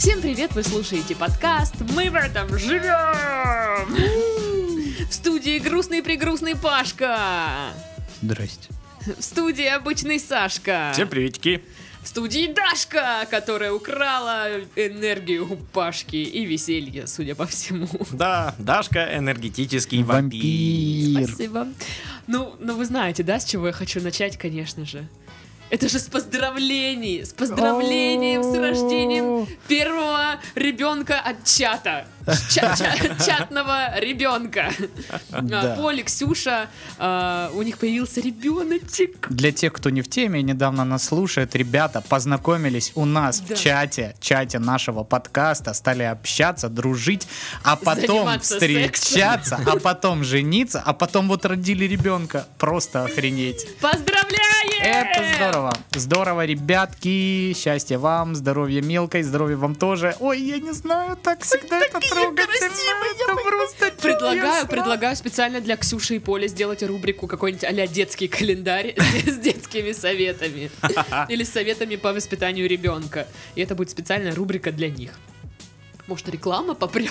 Всем привет, вы слушаете подкаст «Мы в этом живем!» В студии грустный-прегрустный Пашка. Здрасте. В студии обычный Сашка. Всем приветики. В студии Дашка, которая украла энергию у Пашки и веселье, судя по всему. Да, Дашка энергетический вампир. Спасибо. Ну, вы знаете, да, с чего я хочу начать, конечно же. Это же с поздравлений, с поздравлением с рождением первого ребенка от чата. Чатного ребенка. Поля, Ксюша, у них появился ребеночек. Для тех, кто не в теме и недавно нас слушает, ребята познакомились у нас в чате нашего подкаста, стали общаться, дружить, а потом Заниматься встречаться, а потом жениться, а потом вот родили ребенка. Просто охренеть. Поздравляем! Это здорово. Здорово, ребятки. Счастья вам, здоровья мелкой, здоровья вам тоже. Ой, я не знаю, так всегда это трогательно. Это просто Предлагаю специально для Ксюши и Поли сделать рубрику какой-нибудь а-ля детский календарь с детскими советами. Или с советами по воспитанию ребенка. И это будет специальная рубрика для них. Может, реклама попрет?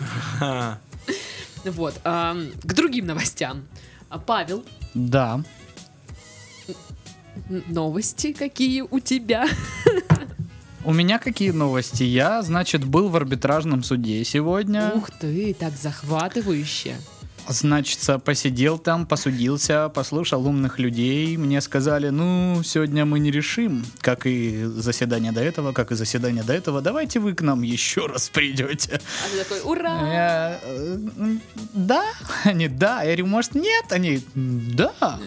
Вот. К другим новостям. Павел. Да. Новости какие у тебя? У меня какие новости? Я, значит, был в арбитражном суде сегодня. Ух ты, так захватывающе. Значит, посидел там, посудился, послушал умных людей. Мне сказали, ну, сегодня мы не решим, как и заседание до этого, давайте вы к нам еще раз придете. А ты такой, ура! Да? Они, да. Я говорю, может, нет? Они, да.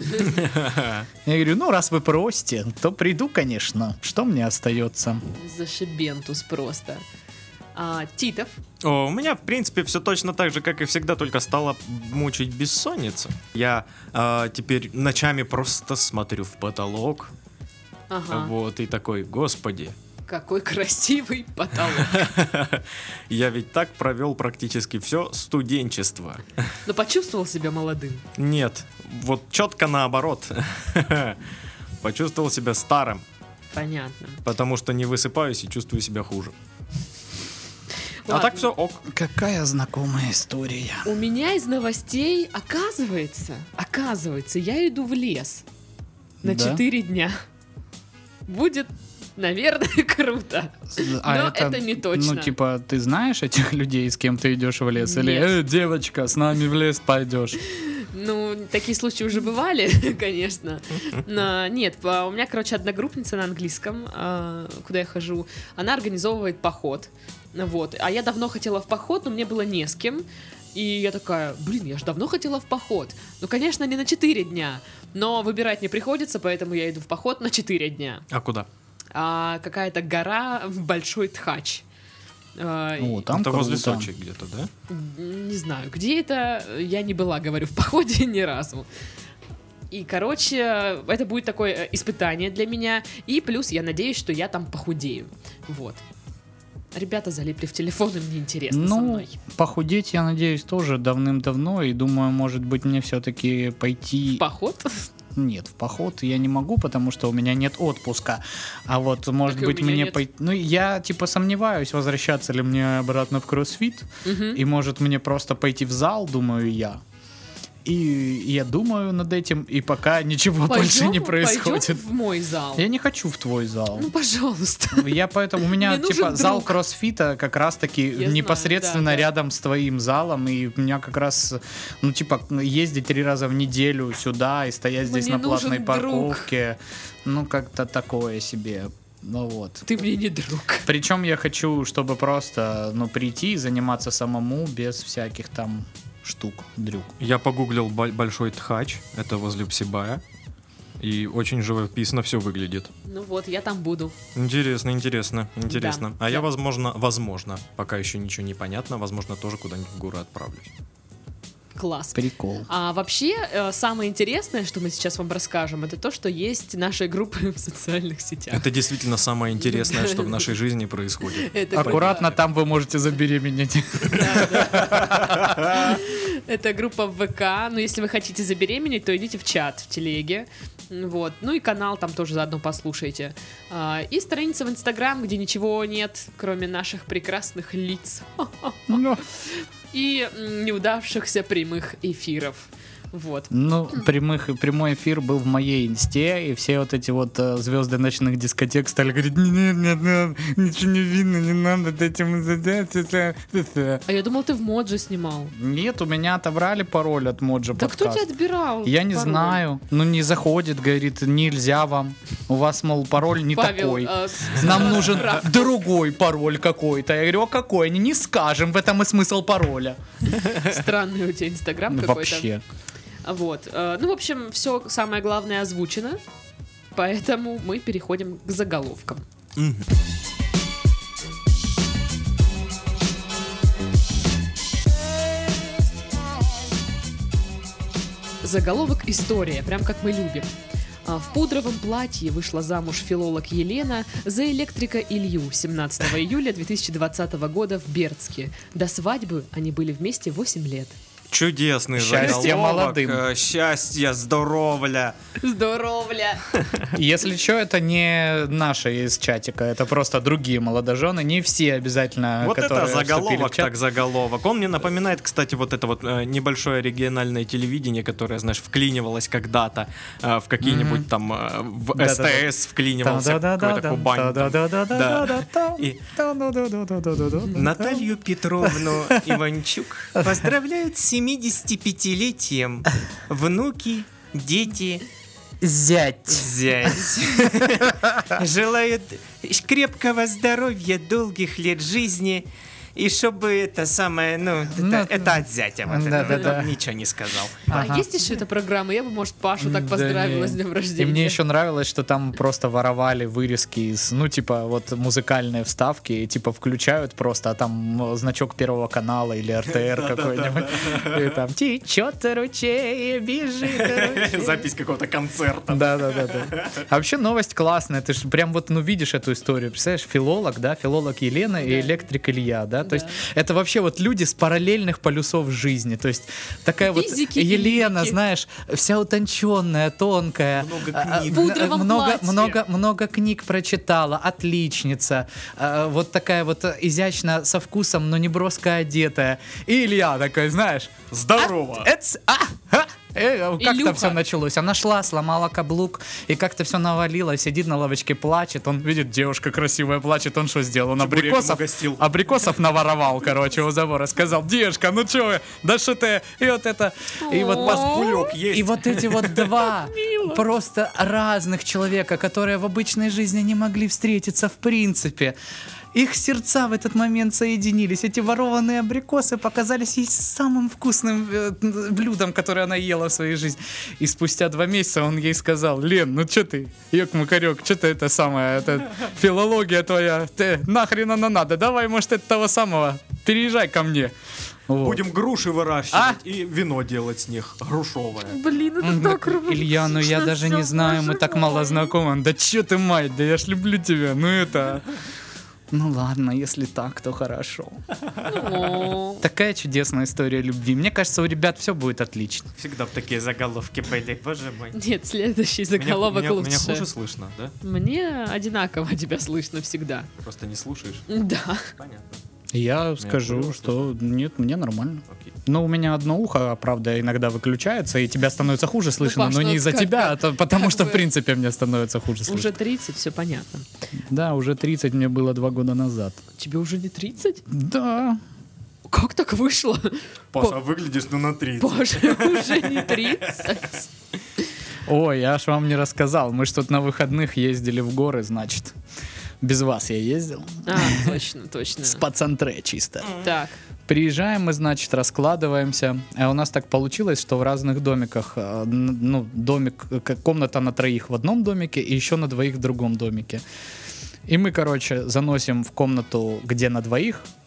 Я говорю, ну, раз вы просите, то приду, конечно. Что мне остается? Зашибентус просто. Титов. У меня, в принципе, все точно так же, как и всегда, только стала мучить бессонница. Я теперь ночами просто смотрю в потолок. Ага. Вот, и такой, господи. Какой красивый потолок. Я ведь так провел практически все студенчество. Но почувствовал себя молодым? Нет, вот четко наоборот. Почувствовал себя старым. Понятно. Потому что не высыпаюсь и чувствую себя хуже. Ладно. А так все ок. Какая знакомая история. У меня из новостей, оказывается, я иду в лес на 4 дня. Будет, наверное, круто. Но это не точно. Ну, типа, ты знаешь этих людей, с кем ты идешь в лес? Нет. Или, девочка, с нами в лес пойдешь? Ну, такие случаи уже бывали, конечно. Но нет, у меня, короче, одногруппница на английском, куда я хожу, она организовывает поход. Вот. А я давно хотела в поход, но мне было не с кем. И я такая, я же давно хотела в поход. Ну, конечно, не на 4 дня, но выбирать не приходится, поэтому я иду в поход на 4 дня. А куда? Какая-то гора в Большой Тхач. О, там это круто. возле Сочи где-то, да? Не знаю, где это, я не была, говорю, в походе ни разу. И, короче, это будет такое испытание для меня. И плюс я надеюсь, что я там похудею. Вот. Ребята залипли в телефон, и мне интересно со мной. Похудеть, я надеюсь, тоже давным-давно. И думаю, может быть, мне все-таки пойти... В поход? Нет, в поход я не могу, потому что у меня нет отпуска. А вот, может Так и у быть, меня мне нет. пойти... Ну, я, типа, сомневаюсь, возвращаться ли мне обратно в кроссфит. И, может, мне просто пойти в зал, думаю я. И я думаю над этим, и пока ничего больше не происходит. Пойдем в мой зал? Я не хочу в твой зал. Ну, пожалуйста. Я поэтому, у меня, Мне нужен типа, друг. зал кроссфита как раз-таки Я непосредственно знаю, да. рядом с твоим залом, и у меня как раз, ну, типа, ездить 3 раза в неделю сюда и стоять здесь Мне на платной нужен друг. парковке, ну, как-то такое себе. Ну вот. Ты мне не друг. Причем я хочу, чтобы просто, ну, прийти и заниматься самому без всяких там штук, дрюк. Я погуглил Большой Тхач, это возле Псибая, и очень живописно все выглядит. Ну вот, я там буду. Интересно. Да, А я, да. возможно, пока еще ничего не понятно, возможно, тоже куда-нибудь в горы отправлюсь. Класс. Прикол. А вообще, самое интересное, что мы сейчас вам расскажем, это то, что есть наши группы в социальных сетях. Это действительно самое интересное, что в нашей жизни происходит. Это Аккуратно, там вы можете забеременеть. Это группа в ВК. Но если вы хотите забеременеть, то идите в чат в телеге. Вот. Ну и канал там тоже заодно послушайте. И страница в Инстаграм, где ничего нет, кроме наших прекрасных лиц. И неудавшихся прямых эфиров. Вот. Ну, прямой эфир был в моей инсте, и все вот эти вот звезды ночных дискотек стали говорить: нет, ничего не видно, не надо этим заняться. А я думал, ты в Моджи снимал. Нет, у меня отобрали пароль от Моджа Да подкаст. кто тебя отбирал? Я не пароль? знаю. Ну, не заходит, говорит, нельзя вам. У вас, мол, пароль не Павел, такой. Нам нужен другой пароль какой-то. Я говорю, а какой? Они не скажем, в этом и смысл пароля. Странный у тебя Инстаграм какой-то. Вообще. Вот. Ну, в общем, все самое главное озвучено. Поэтому мы переходим к заголовкам. Заголовок «История», прям как мы любим. В пудровом платье вышла замуж филолог Елена за электрика Илью 17 июля 2020 года в Бердске. До свадьбы они были вместе 8 лет. Чудесный Счастья заголовок. молодым. Счастья, здоровля. Здоровля! Если что, это не наши из чатика, это просто другие молодожены, не все обязательно, Вот которые это вступили в заголовок, чат. так заголовок. Он мне напоминает, кстати, вот это вот небольшое региональное телевидение, которое, знаешь, вклинивалось когда-то в какие-нибудь там в Да-да-да. СТС вклинивался какой-то Кубань. Да. И Наталью Петровну Иванчук поздравляют с 75-летием внуки, дети, Зять. зять. Желают крепкого здоровья, долгих лет жизни. И чтобы это самое, это от зятя. Вот это, ничего не сказал. А есть еще эта программа? Я бы, может, Пашу так поздравила с днем И рождения. мне еще нравилось, что там просто воровали вырезки из, вот музыкальные вставки, и типа включают просто, а там значок Первого канала или РТР какой-нибудь. И там течет ручей, бежит ручей. Запись какого-то концерта. Да. А вообще новость классная, ты же прям видишь эту историю, представляешь, филолог Елена и электрик Илья, да, то есть это вообще вот люди с параллельных полюсов жизни, то есть такая Физики, вот Елена, физики. знаешь, вся утонченная, тонкая, В пудровом платье. много книг прочитала, отличница, вот такая вот изящно со вкусом, но не броско одетая, и Илья такой, знаешь, Здорово. как Илюха. там все началось? Она шла, сломала каблук, и как-то все навалилось, сидит на лавочке, плачет, он видит, девушка красивая плачет, он что сделал? Он Чебуреком угостил. абрикосов наворовал, короче, у забора, сказал, девушка, ну чё вы, да что ты, и вот это, и вот Паскулек есть. и вот эти вот два просто разных человека, которые в обычной жизни не могли встретиться в принципе. Их сердца в этот момент соединились. Эти ворованные абрикосы показались ей самым вкусным блюдом, которое она ела в своей жизни. И спустя 2 месяца он ей сказал: Лен, ну что ты, ёк-макарёк, что ты это самое, это филология твоя, ты нахрен она надо, давай, может, это того самого, переезжай ко мне. Вот. Будем груши выращивать и вино делать с них, грушовое. Блин, это так романтично. Илья, ну я даже не всё, знаю, мы боже так мой. мало знакомы. Да чё ты, мать, да я ж люблю тебя, ну это... Ну ладно, если так, то хорошо. О. Такая чудесная история любви. Мне кажется, у ребят все будет отлично. Всегда б такие заголовки были, боже мой. Нет, следующий заголовок Меня лучше. хуже слышно, да? Мне одинаково тебя слышно всегда. Просто не слушаешь. Да. Понятно. Я скажу, было, что нет, мне нормально. Окей. Но у меня одно ухо, правда, иногда выключается, и тебя становится хуже слышно, Паш, но ну не это из-за как тебя, бы- а потому как что, бы- в принципе, мне становится хуже слышно. Уже 30, все понятно. Да, уже 30 мне было 2 года назад. Тебе уже не 30? Да. Как так вышло? Паша, выглядишь на 30. Боже, уже не 30. Ой, я ж вам не рассказал. Мы ж тут на выходных ездили в горы, значит. Без вас я ездил. А, точно. С пацантре чисто. Так, Приезжаем мы, значит, раскладываемся. А у нас так получилось, что в разных домиках, домик, комната на 3 в одном домике и еще на 2 в другом домике. И мы, короче, заносим в комнату, где на 2,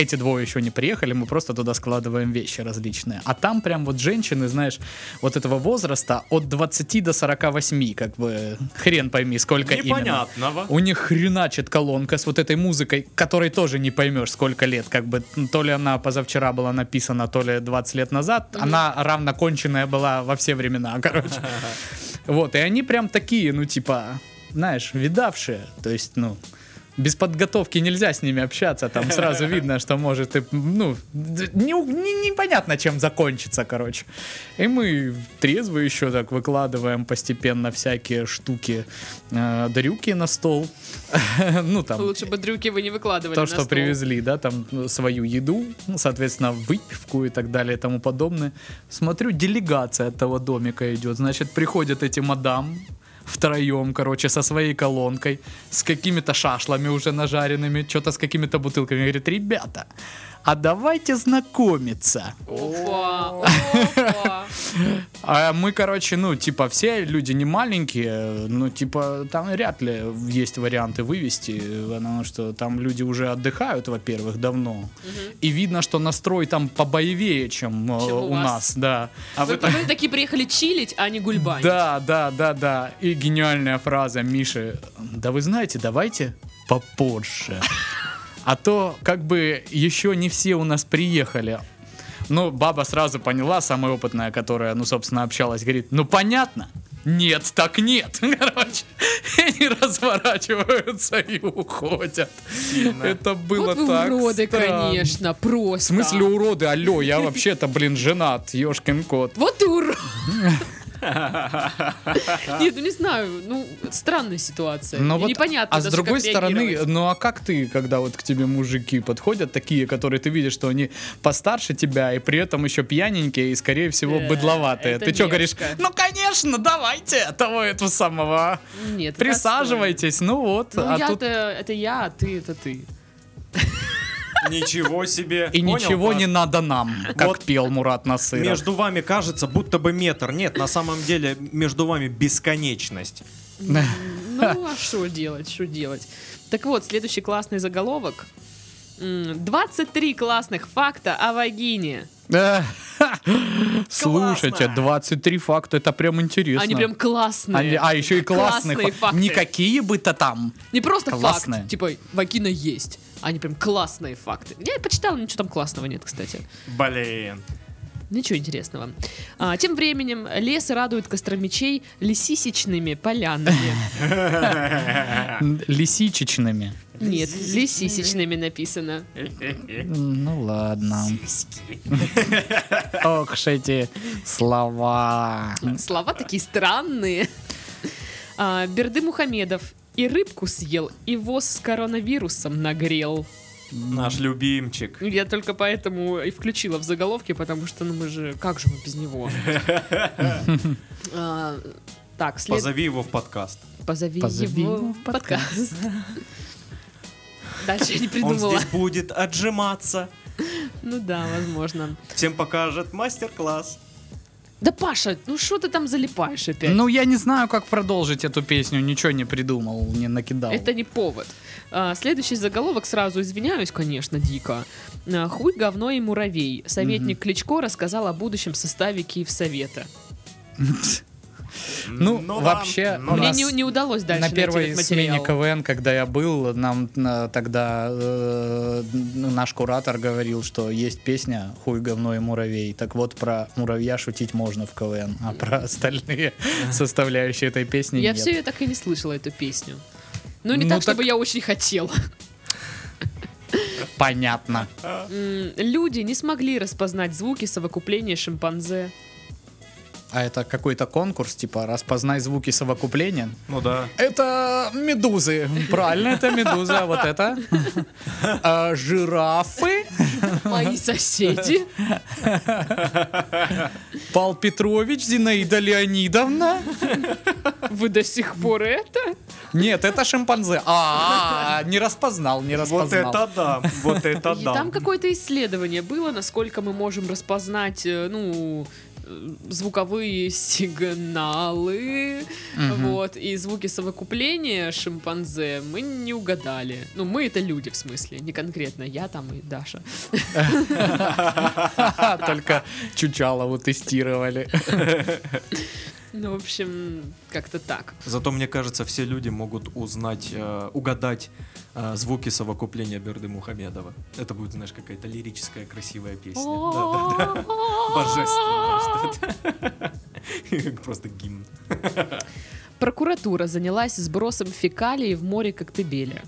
эти двое еще не приехали, мы просто туда складываем вещи различные. А там прям вот женщины, знаешь, вот этого возраста от 20 до 48, как бы хрен пойми, сколько непонятного. Именно. У них хреначит колонка с вот этой музыкой, которой тоже не поймешь, сколько лет. Как бы то ли она позавчера была написана, то ли 20 лет назад. Она равно конченая была во все времена, короче. Вот, и они прям такие, ну типа, знаешь, видавшие. То есть, ну... Без подготовки нельзя с ними общаться, там сразу видно, что может, ну, непонятно, чем закончится, короче. И мы трезво еще так выкладываем постепенно всякие штуки, дрюки на стол. Ну, там... Лучше бы дрюки вы не выкладывали то, на что стол. привезли, да, там свою еду, соответственно, выпивку и так далее и тому подобное. Смотрю, делегация от того домика идет, значит, приходят эти мадам, втроем, короче, со своей колонкой, с какими-то шашлами уже нажаренными, что-то с какими-то бутылками. Говорит, ребята, а давайте знакомиться. Опа, опа. А мы, короче, ну, типа, все люди не маленькие, ну, типа, там вряд ли есть варианты вывести, потому что там люди уже отдыхают, во-первых, давно. И видно, что настрой там побоевее, чем у нас, да. А вы такие приехали чилить, а не гульбанить. Да. И гениальная фраза Миши: да вы знаете, давайте попозже. А то, как бы, еще не все у нас приехали. Ну, баба сразу поняла, самая опытная, которая, ну, собственно, общалась, говорит, ну, понятно? Нет, так нет. Короче, они разворачиваются и уходят. Сильно. Это было вот так уроды, странно. конечно, просто. В смысле уроды? Алло, я вообще-то, блин, женат, ёшкин кот. Вот ты урод. Нет, ну не знаю, ну странная ситуация. Вот, непонятно. А с другой стороны, ну а как ты, когда вот к тебе мужики подходят, такие, которые ты видишь, что они постарше тебя и при этом еще пьяненькие и, скорее всего, быдловатые. Ты что говоришь? Ну, конечно, давайте того этого самого. Нет, присаживайтесь, ну вот. Ну, а тут... это я, а ты это ты. Ничего себе. И понял, ничего Паш? не надо нам, как Вот пел Мурат Насыров. Между вами кажется, будто бы метр. Нет, на самом деле между вами бесконечность. Ну, а что делать? Так вот, следующий классный заголовок. 23 классных факта о вагине. Слушайте, 23 факта, это прям интересно. Они прям классные. А еще и классные факты. Не какие бы то там. Не просто классные. факт, типа вагина есть. Они прям классные факты. Я почитала, ничего там классного нет, кстати. Блин. Ничего интересного. Тем временем лес радует костромичей лисисечными полянами. Лисичечными. Нет, лисисечными написано. Ну ладно. Ох, эти слова. Слова такие странные. Берды Мухамедов и рыбку съел, и воз с коронавирусом нагрел. Наш любимчик. Я только поэтому и включила в заголовке, потому что, ну мы же, как же мы без него? Так, Позови его в подкаст. Позови его в подкаст. Дальше я не придумала. Он здесь будет отжиматься. Ну да, возможно. Всем покажет мастер-класс. Да, Паша, ну что ты там залипаешь опять? Ну, я не знаю, как продолжить эту песню, ничего не придумал, не накидал. Это не повод. Следующий заголовок, сразу извиняюсь, конечно, дико. Хуй, говно и муравей. Советник Кличко рассказал о будущем составе Киевсовета. Ну, вообще, у Мне нас не удалось дальше на найти первой этот смене материал. КВН, когда я был, нам тогда наш куратор говорил, что есть песня «Хуй, говно и муравей». Так вот, про муравья шутить можно в КВН, а про остальные составляющие этой песни Я нет. все я так и не слышала эту песню. Ну, не так, чтобы я очень хотела. Понятно. Люди не смогли распознать звуки совокупления шимпанзе. А это какой-то конкурс, типа «Распознай звуки совокупления»? Ну да. Это медузы. Правильно, это медуза. А вот это? Жирафы. Мои соседи. Пал Петрович, Зинаида Леонидовна. Вы до сих пор это? Нет, это шимпанзе. Не распознал, не распознал. Вот это да. Вот это И да. там какое-то исследование было, насколько мы можем распознать, ну, звуковые сигналы, вот, и звуки совокупления шимпанзе мы не угадали. Ну, мы это люди, в смысле, не конкретно я там и Даша. Только Чучалову тестировали. Ну, в общем, как-то так. Зато, мне кажется, все люди могут угадать звуки совокупления Берды Мухамедова. Это будет, знаешь, какая-то лирическая красивая песня. Да-да-да. Божественная что-то. Просто гимн. Прокуратура занялась сбросом фекалий в море Коктебеля.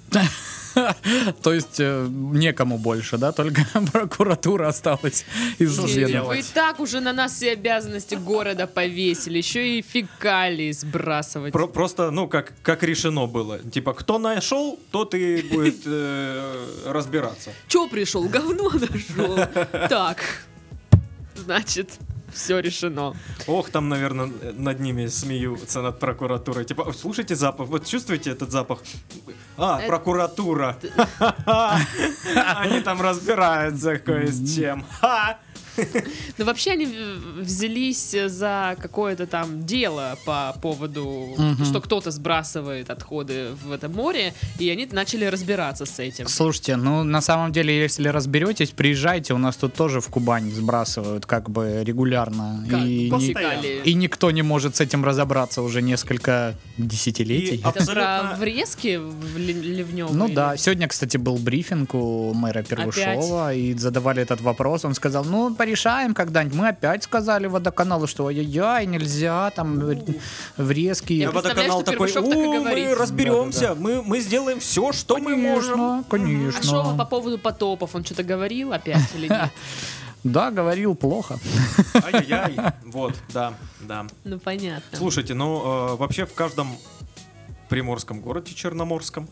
То есть некому больше, да? Только прокуратура осталась Вы изждать. и так уже на нас все обязанности города повесили, еще и фекалии сбрасывать. Просто, ну, как решено было. Типа, кто нашел, тот и будет разбираться. Че пришел? Говно нашел. Так, значит, все решено. Ох, там, наверное, над ними смеются, над прокуратурой. Типа, слушайте запах, вот чувствуете этот запах? Прокуратура. Они там разбираются кое с чем. Ну, вообще они взялись за какое-то там дело по поводу, что кто-то сбрасывает отходы в это море, и они начали разбираться с этим. Слушайте, ну на самом деле, если разберетесь, приезжайте, у нас тут тоже в Кубани сбрасывают как бы регулярно. Как? И, Фекалии. и никто не может с этим разобраться уже несколько десятилетий. Это Абсолютно. про врезки в Ливневой? Ну да, сегодня, кстати, был брифинг у мэра Первушова, и задавали этот вопрос, он сказал, ну, порешаем когда-нибудь. Мы опять сказали водоканалу, что ай-яй-яй, нельзя, там врезки. Я А представляю, водоканал что такой, Первушов так и говорит. мы разберемся, мы сделаем все, что мы можем. Конечно. А что по поводу потопов? Он что-то говорил опять или нет? Да, говорил плохо. Ай-яй-яй. Вот, да. Ну, понятно. Слушайте, ну, вообще в каждом приморском городе, черноморском,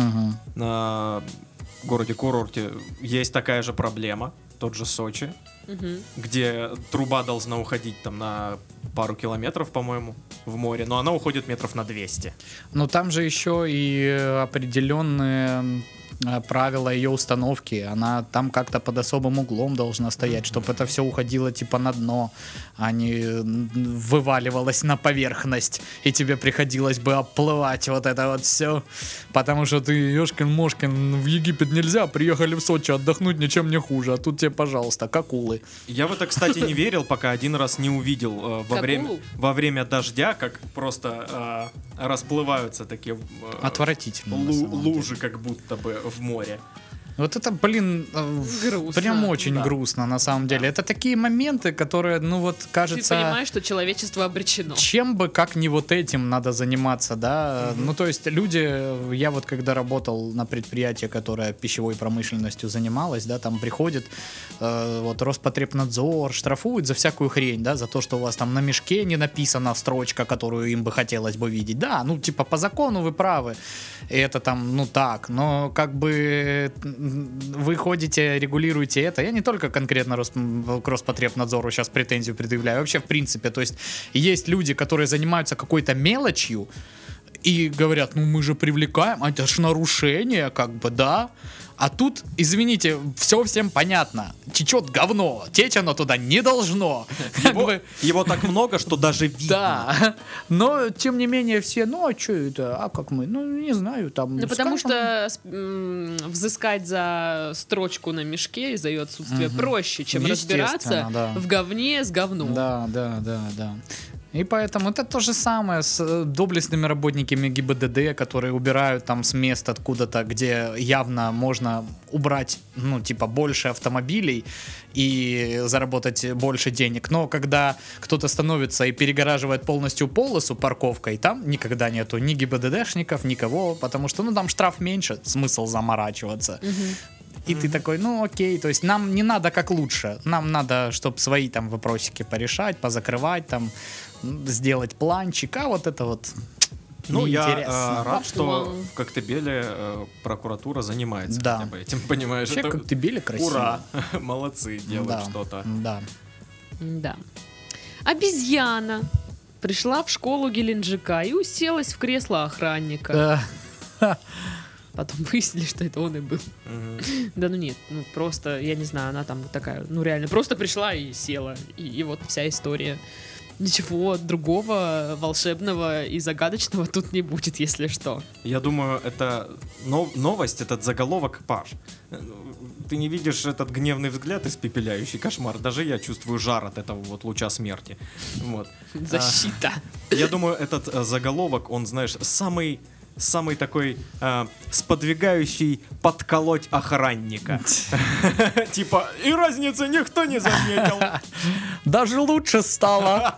на городе-курорте есть такая же проблема, тот же Сочи, где труба должна уходить там на пару километров, по-моему, в море, но она уходит метров на 200. Но там же еще и определенные правила ее установки. Она там как-то под особым углом должна стоять, чтобы это все уходило типа на дно, а не вываливалось на поверхность, и тебе приходилось бы оплывать вот это вот все. Потому что ты, ёшкин-мошкин, в Египет нельзя, приехали в Сочи отдохнуть, ничем не хуже, а тут тебе, пожалуйста, как акулы. Я в это, кстати, не верил, пока один раз не увидел во время дождя, как просто расплываются такие Отвратительно. на самом деле. лужи, как будто бы в море. Вот это, блин, Грустно. прям очень грустно на самом деле. Это такие моменты, которые, ну вот, Ты кажется... понимаешь, что человечество обречено. Чем бы, как не вот этим надо заниматься, да? Ну, то есть люди, я вот когда работал на предприятии, которое пищевой промышленностью занималось, да, там приходит вот Роспотребнадзор, штрафует за всякую хрень, да, за то, что у вас там на мешке не написана строчка, которую им бы хотелось бы видеть. Да, ну, типа, по закону вы правы, и это там, ну, так, но как бы вы ходите, регулируете это. Я не только конкретно к Роспотребнадзору сейчас претензию предъявляю, вообще в принципе. То есть есть люди, которые занимаются какой-то мелочью и говорят, ну мы же привлекаем, а это ж нарушение, как бы, да. А тут, извините, все всем понятно. Течет говно, течь оно туда не должно. Его так много, что даже видно. Да, но тем не менее все, ну а что это, а как мы, ну не знаю, там... Ну, потому что взыскать за строчку на мешке из-за ее отсутствия проще, чем разбираться Естественно, да. в говне с говном. Да. И поэтому это то же самое с доблестными работниками ГИБДД, которые убирают там с мест откуда-то, где явно можно убрать, ну, типа, больше автомобилей и заработать больше денег. Но когда кто-то становится и перегораживает полностью полосу парковкой, там никогда нету ни ГИБДДшников, никого, потому что, ну, там штраф меньше, смысл заморачиваться. И ты такой, ну окей, то есть нам не надо как лучше, нам надо, чтобы свои там вопросики порешать, позакрывать, там, сделать планчик, а вот это вот Ну, я неинтересно. рад, что в Коктебеле прокуратура занимается Да. хотя бы этим, понимаешь? Вообще, Это Коктебеле красиво. ура, молодцы, делают Да, что-то. Да. Да. Обезьяна пришла в школу Геленджика и уселась в кресло охранника. Потом выяснили, что это он и был. Да ну нет, ну просто, я не знаю, она там такая, ну реально, просто пришла и села. И вот вся история. Ничего другого волшебного и загадочного тут не будет, если что. Я думаю, это новость, этот заголовок, Паш. Ты не видишь этот гневный взгляд, испепеляющий кошмар. Даже я чувствую жар от этого вот луча смерти. Вот. Защита. Я думаю, этот заголовок, он, знаешь, самый такой сподвигающий подколоть охранника. Типа, и разницы никто не заметил. Даже лучше стало.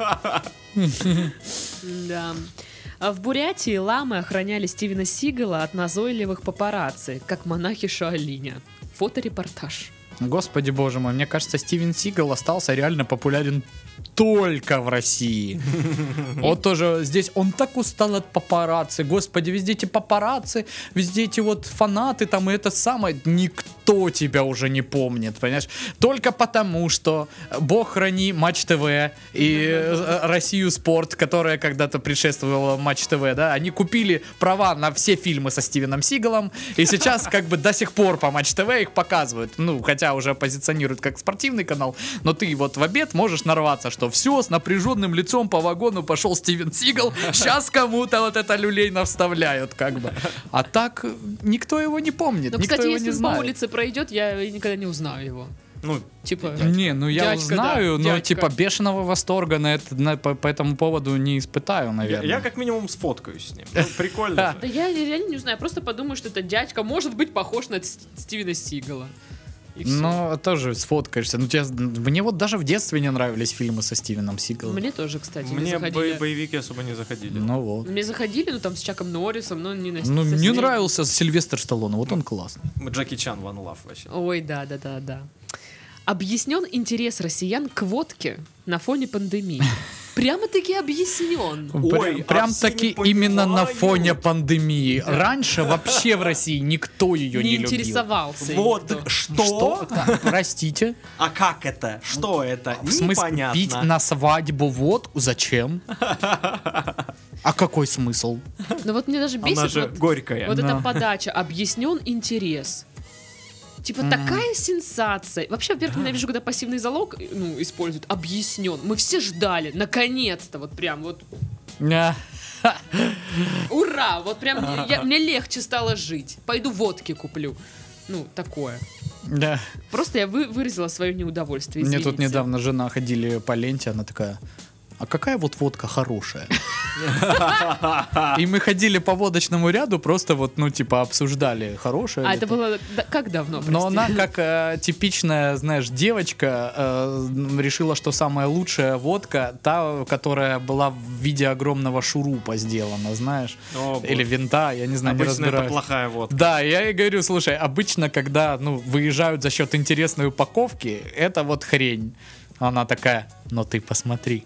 Да. А в Бурятии ламы охраняли Стивена Сигала от назойливых папарацци, как монахи Шаолиня. Фоторепортаж. Господи боже мой, мне кажется, Стивен Сигал остался реально популярен только в России. Вот тоже здесь он так устал от папарацци. Господи, везде эти папарацци, везде эти вот фанаты там, и это самое. Никто тебя уже не помнит, понимаешь? Только потому, что Бог храни Матч ТВ и Россию Спорт, которая когда-то предшествовала Матч ТВ, да, они купили права на все фильмы со Стивеном Сигалом, и сейчас как бы до сих пор по Матч ТВ их показывают. Ну, хотя уже позиционируют как спортивный канал, но ты вот в обед можешь нарваться, что все, с напряженным лицом по вагону пошел Стивен Сигал, сейчас кому-то вот это люлей навставляют, как бы. А так никто его не помнит, Но, никто кстати, его если не он знает. по улице пройдет, я никогда не узнаю его. Ну, Типа, Не, ну я дядька, знаю, да, но дядька. типа бешеного восторга по этому поводу не испытаю, наверное. я как минимум сфоткаюсь с ним. Ну, прикольно да же. я реально не знаю, просто подумаю, что это дядька может быть похож на Стивена Сигала. И всё. Но тоже сфоткаешься. Ну, мне вот даже в детстве не нравились фильмы со Стивеном Сигалом. Мне тоже, кстати, не Мне заходили. боевики особо не заходили. Ну вот. Мне заходили, ну там с Чаком Норрисом, но не на Ну, со мне Стивеном. нравился Сильвестр Сталлоне, вот он классный. Джеки Чан, One Love вообще. Ой, да. Объяснен интерес россиян к водке на фоне пандемии. Прямо-таки объяснен. Ой, Прям все таки не именно на понимают. фоне пандемии. Раньше вообще в России никто ее не Не любил. интересовался. Вот, никто. что? Да, простите. А как это? Что это? В смысле, Непонятно. пить на свадьбу водку? Зачем? А какой смысл? Ну вот мне даже Она бесит же вот, горькая. вот Да. эта подача. Объяснен интерес. Типа такая сенсация. Вообще, во-первых, ненавижу, когда пассивный залог используют. Объяснен. Мы все ждали. Наконец-то. Вот прям вот. Ура! Вот прям мне легче стало жить. Пойду водки куплю. Ну, такое. Да. Просто я выразила свое неудовольствие. Мне тут извините. недавно жена ходили по ленте, она такая: а какая вот водка хорошая? И мы ходили по водочному ряду, просто вот, ну, типа, обсуждали, хорошая. А ли это там. было как давно? Но прости? она, как типичная, знаешь, девочка, решила, что самая лучшая водка та, которая была в виде огромного шурупа сделана, знаешь, О, или боже. винта, я не знаю, не Обычно это разбираюсь. плохая водка. Да, я ей говорю, слушай, обычно, когда, выезжают за счет интересной упаковки, это вот хрень. Она такая: но ты посмотри.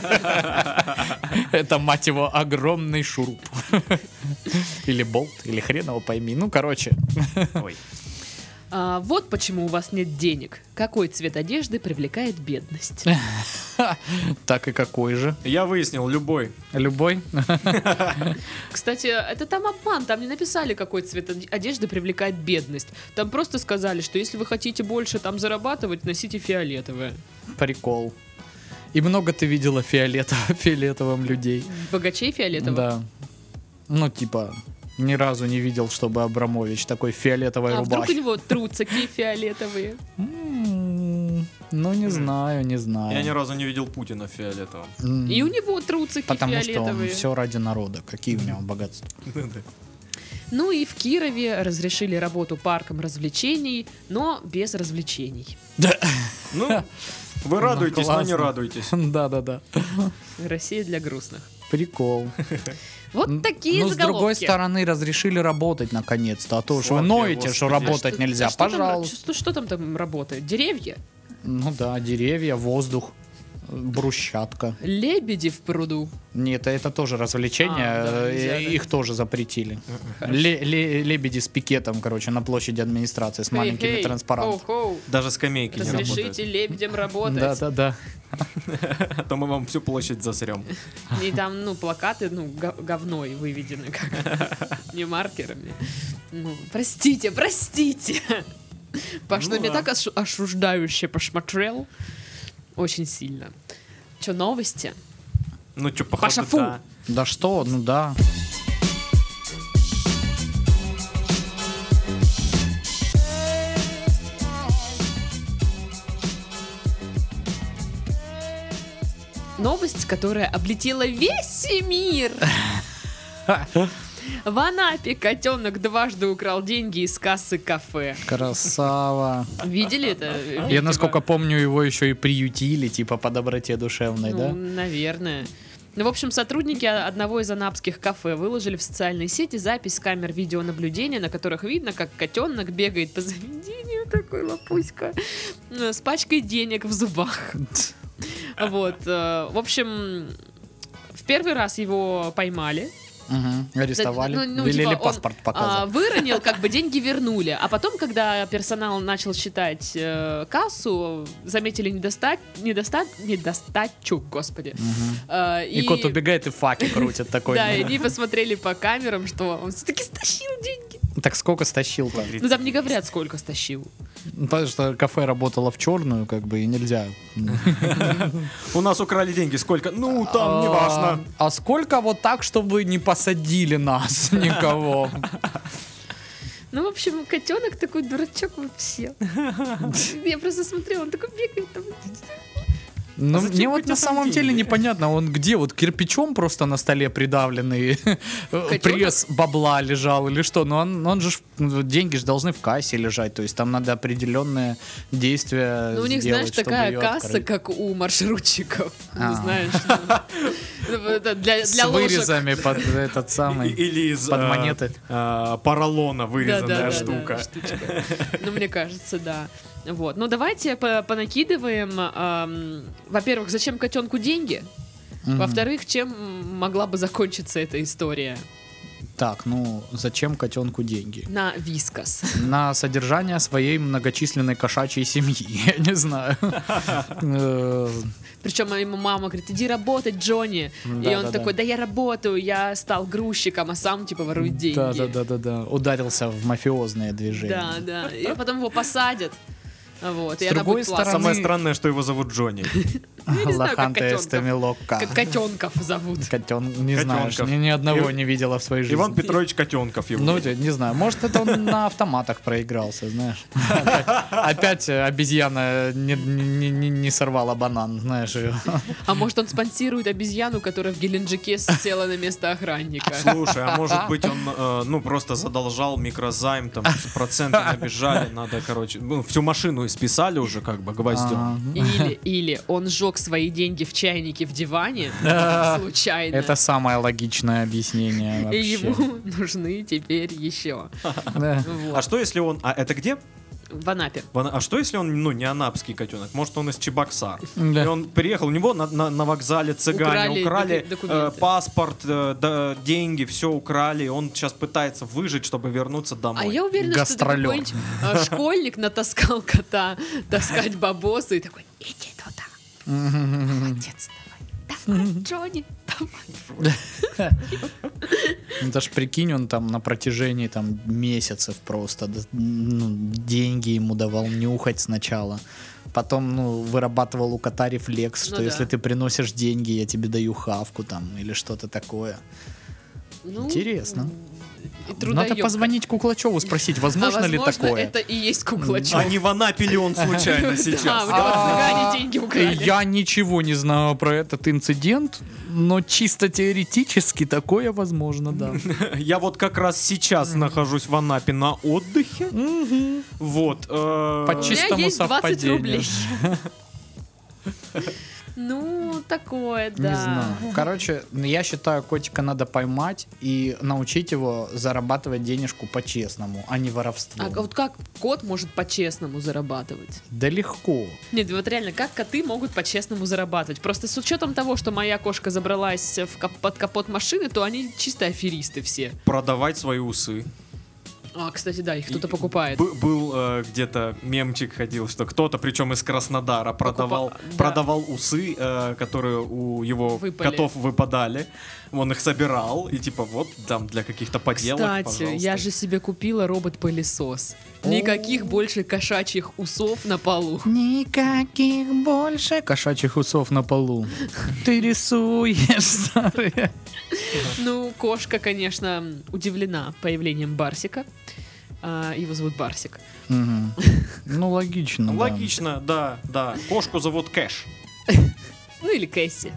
Это, мать его, огромный шуруп. Или болт, или хрен его пойми. Ну, короче. Ой. Вот почему у вас нет денег. Какой цвет одежды привлекает бедность? Так и какой же? Я выяснил, любой. Любой? Кстати, это там обман. Там не написали, какой цвет одежды привлекает бедность. Там просто сказали, что если вы хотите больше там зарабатывать, носите фиолетовое. Прикол. И много ты видела фиолетовым людей? Богачей фиолетового? Да. Ну, типа, ни разу не видел, чтобы Абрамович такой в фиолетовой А вдруг у рубашке. него труцаки фиолетовые? Ну, не знаю, не знаю. Я ни разу не видел Путина фиолетовым. И у него труцаки Потому что он фиолетовые. все ради народа. Какие у него богатства? Ну и в Кирове разрешили работу паркам развлечений, но без развлечений. Ну, вы радуетесь, но не классно. радуетесь. Да-да-да. Россия для грустных. Прикол. Вот такие Ну, с заголовки. другой стороны, разрешили работать наконец-то. А то уж вы Слава ноете, что Господи. работать нельзя. Что там, Пожалуйста. что там работает? Деревья? Ну да, деревья, воздух, брусчатка. Лебеди в пруду. Нет, это тоже развлечение. Да, нельзя, да. Их тоже запретили. Лебеди с пикетом, короче, на площади администрации с маленькими Эй, транспарантами. хоу-хоу. Даже скамейки не Разрешите работают. лебедям работать. Да-да-да. А то мы вам всю площадь засрем. И там, плакаты, говной выведены, как не маркерами. Ну, простите. Паш на меня так осуждающе посмотрел. Очень сильно. Че, новости? Ну, что, походу, Паша, фу! да. Да что, ну да. Новость, которая облетела весь мир. В Анапе котенок дважды украл деньги из кассы кафе. Красава. Видели это? Я, насколько помню, его еще и приютили, типа по доброте душевной, Ну, да? наверное. Ну, в общем, сотрудники одного из анапских кафе выложили в социальные сети запись с камер видеонаблюдения, на которых видно, как котенок бегает по заведению, такой лапуська, с пачкой денег в зубах. Вот. В общем, в первый раз его поймали. Угу. Арестовали. Велели типа, паспорт показать. Выронил, как бы деньги вернули. А потом, когда персонал начал считать кассу, заметили недостачу, господи. Угу. И кот убегает и факи крутит такой. Да, и они посмотрели по камерам, что он все-таки стащил деньги. Так сколько стащил-то? Ну там не говорят, сколько стащил. Потому что кафе работало в черную, как бы, и нельзя. У нас украли деньги. Сколько? Ну, там, неважно. А сколько вот так, чтобы не посадили нас никого? Ну, в общем, котенок такой дурачок вообще. Я просто смотрела, он такой бегает там. Ну, мне вот на самом деле непонятно, он где, вот кирпичом просто на столе придавленный пресс бабла лежал или что, но он же, деньги же должны в кассе лежать, то есть там надо определенные действия. Ну, у них, знаешь, такая касса, как у маршрутчиков, знаешь, для ложек. С вырезами под этот самый, или из под монеты. поролона вырезанная штука. Ну, мне кажется, да. Вот. Ну, давайте понакидываем. Во-первых, зачем котенку деньги? Во-вторых, чем могла бы закончиться эта история? Так, ну, зачем котенку деньги? На вискас. На содержание своей многочисленной кошачьей семьи, я не знаю. Причем ему мама говорит, иди работать, Джонни. И он такой, да я работаю, я стал грузчиком, а сам типа ворует деньги. Да. Ударился в мафиозные движения. Да. И потом его посадят. Вот, с другой стороны... Самое странное, что его зовут Джонни. Я не знаю, как как котенков зовут. Не знаю, ни одного не видела в своей жизни. Иван Петрович Котенков его. Ну, не знаю, может, это он на автоматах проигрался, знаешь. Опять обезьяна не сорвала банан, знаешь. А может, он спонсирует обезьяну, которая в Геленджике села на место охранника. Слушай, а может быть, он просто задолжал микрозайм, там проценты набежали, надо, короче, всю машину списали уже как бы гвоздем. Или он сжег свои деньги в чайнике в диване случайно. Это самое логичное объяснение вообще. И ему нужны теперь еще. А что если он... А это где? В Анапе. А что если он, не анапский котенок? Может, он из Чебоксар? Да. И он приехал, у него на вокзале цыгане украли паспорт, деньги, все украли. И он сейчас пытается выжить, чтобы вернуться домой. А я уверена, Гастролер. что какой-нибудь школьник натаскал кота таскать бабосы и такой, иди туда. Молодец, давай, Джонни, давай. Это ж прикинь, он там на протяжении там месяцев просто деньги ему давал нюхать сначала. Потом, вырабатывал у кота рефлекс, что если ты приносишь деньги, я тебе даю хавку там или что-то такое. Интересно. Надо позвонить Куклачеву, спросить, возможно ли такое. Это и есть Куклачев. А не в Анапе ли он случайно сейчас? У него цыгане деньги украли. Я ничего не знаю про этот инцидент, но чисто теоретически такое возможно, да. Я вот как раз сейчас нахожусь в Анапе на отдыхе. Вот. По чистому совпадению. У меня есть 20 рублей. Ну, такое, да. Не знаю. Короче, я считаю, котика надо поймать и научить его зарабатывать денежку по-честному, а не воровством. А вот как кот может по-честному зарабатывать? Да легко. Нет, вот реально, как коты могут по-честному зарабатывать? Просто с учетом того, что моя кошка забралась под капот машины, то они чисто аферисты все. Продавать свои усы. А, кстати, да, их кто-то покупает. Был где-то мемчик ходил, что кто-то, причем из Краснодара, продавал усы, которые у его котов выпадали. Он их собирал, и типа вот там для каких-то поделок, Кстати, пожалуйста. я же себе купила робот-пылесос. Никаких больше кошачьих усов на полу. Никаких больше кошачьих усов на полу. Ты рисуешь, старые. Ну, кошка, конечно, удивлена появлением Барсика. Его зовут Барсик. Мгм. Ну, логично. да. Логично, да. Кошку зовут Кэш, Ну, или Кэсси.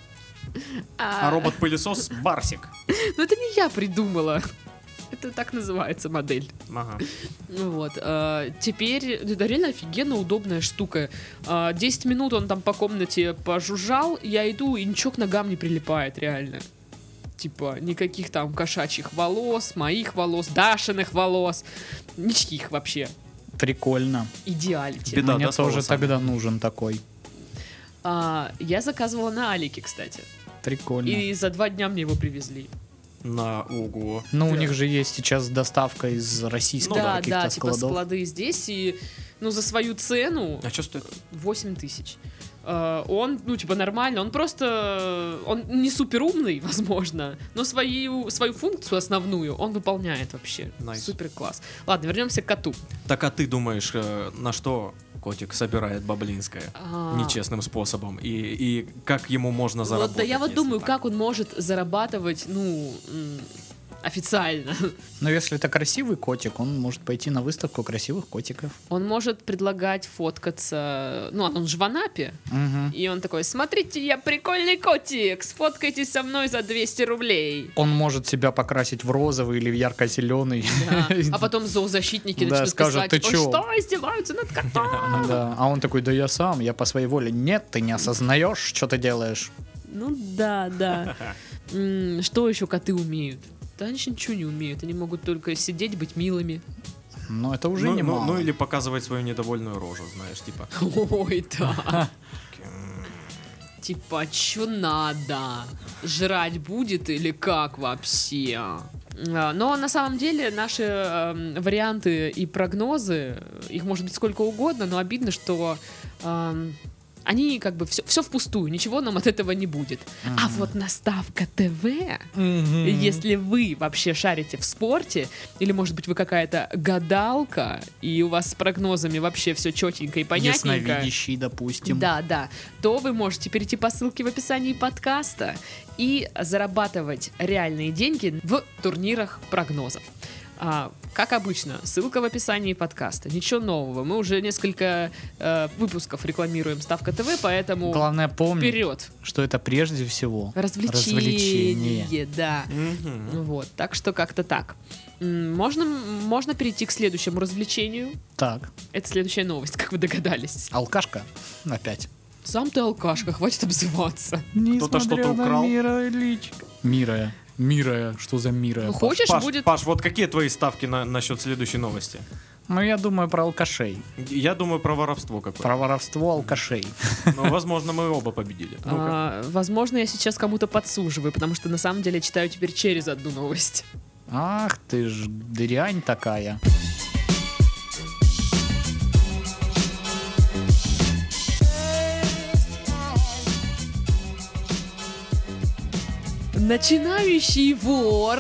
а робот-пылесос Барсик. Ну, это не я придумала. Это так называется модель. Ага. Ну вот. Теперь это реально офигенно удобная штука. 10 минут он там по комнате пожужжал, я иду, и ничего к ногам не прилипает, реально. Типа, никаких там кошачьих волос, моих волос, Дашиных волос. Ничьих вообще. Прикольно. Идеальте. Беда, Мне да, с тоже волосами? тогда нужен такой. Я заказывала на Алике, кстати. Прикольно. И за 2 дня мне его привезли. На ого. Ну, у Да. них же есть сейчас доставка из российских Да, каких-то да, типа складов. склады здесь. И, ну, за свою цену А что стоит? 8 тысяч. Он, ну, типа, нормально. Он просто... Он не супер умный, возможно, но свою функцию основную он выполняет вообще. Nice. Супер класс. Ладно, вернемся к коту. Так а ты думаешь, на что котик собирает баблинское нечестным способом? И как ему можно заработать? Вот, да я вот если думаю, так? как он может зарабатывать, ну, официально. Но если это красивый котик, он может пойти на выставку красивых котиков. Он может предлагать фоткаться... Ну, он же в Анапе. Мгм. И он такой: смотрите, я прикольный котик, сфоткайтесь со мной за 200 рублей. Он может себя покрасить в розовый или в ярко-зеленый. Да. А потом зоозащитники Да, начнут скажут: писать: «Ты «Ой, чё?» что, издеваются над котом? Да. А он такой: да я сам, я по своей воле. Нет, ты не осознаешь, что ты делаешь. Ну да, да. Что еще коты умеют? Да они же ничего не умеют, они могут только сидеть, быть милыми. Но это уже Ну, немало. ну или показывать свою недовольную рожу, знаешь, типа. Ой, да. Типа, что надо? Жрать будет или как вообще? Но на самом деле наши варианты и прогнозы, их может быть сколько угодно, но обидно, что они как бы все впустую, ничего нам от этого не будет. А вот наставка ТВ, если вы вообще шарите в спорте, или может быть вы какая-то гадалка, и у вас с прогнозами вообще все четенько и понятненько, Ясновидящий, допустим. да, то вы можете перейти по ссылке в описании подкаста и зарабатывать реальные деньги в турнирах прогнозов. Как обычно, ссылка в описании подкаста. Ничего нового. Мы уже несколько выпусков рекламируем Ставка ТВ, поэтому Главное помнить, вперед. что это прежде всего Развлечение. Да. Мгм. Вот. Так что как-то так. Можно перейти к следующему развлечению. Так, Это следующая новость, как вы догадались. алкашка опять. Сам ты алкашка, хватит обзываться. Кто-то что-то украл? Мирая, что за Мирая? Ну, Паш? хочешь, Паш, будет... Паш, вот какие твои ставки насчет следующей новости? Ну, я думаю про алкашей. Я думаю про воровство какое-то. Про воровство алкашей. Ну, возможно, мы оба победили. Ну-ка. Возможно, я сейчас кому-то подсуживаю, потому что на самом деле я читаю теперь через одну новость. Ах ты ж дрянь такая. Начинающий вор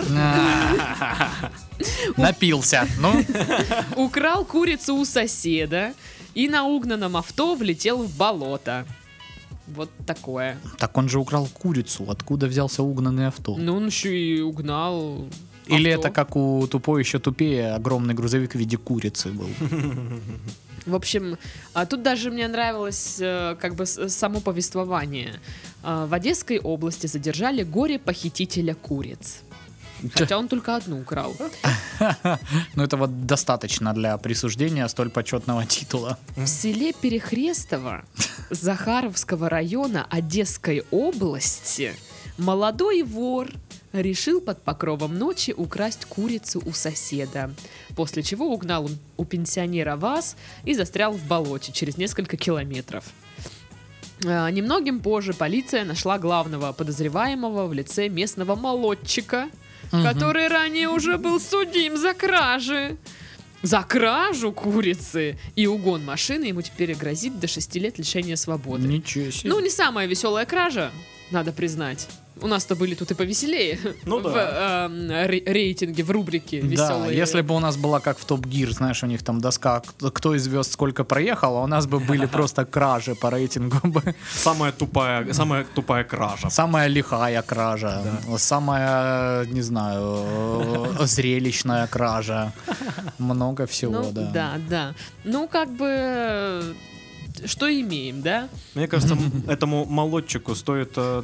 Напился. Ну, украл курицу у соседа и на угнанном авто влетел в болото. Вот такое. так он же украл курицу. Откуда взялся угнанный авто? Ну, он еще и угнал Или авто. это как у тупой еще тупее огромный грузовик в виде курицы был? В общем, тут даже мне нравилось как бы само повествование. В Одесской области задержали горе-похитителя куриц. Хотя он только одну украл. Ну, этого достаточно для присуждения столь почетного титула. В селе Перехрестово Захаровского района Одесской области молодой вор решил под покровом ночи украсть курицу у соседа, после чего угнал у пенсионера ВАЗ и застрял в болоте через несколько километров. Немногим позже полиция нашла главного подозреваемого в лице местного молодчика, который ранее уже был судим за кражи. За кражу курицы и угон машины ему теперь грозит до 6 лет лишения свободы. Ничего себе. Ну, не самая веселая кража, надо признать. У нас-то были тут и повеселее Ну в рейтинге, в рубрике веселые. Да, если бы у нас была как в Топ Гир, знаешь, у них там доска, кто из звезд сколько проехал, а у нас бы были просто кражи по рейтингу. Самая тупая кража. Самая лихая кража, самая, не знаю, зрелищная кража. Много всего, Ну, да. да. Ну, как бы... Что имеем, да? Мне кажется, этому молодчику стоило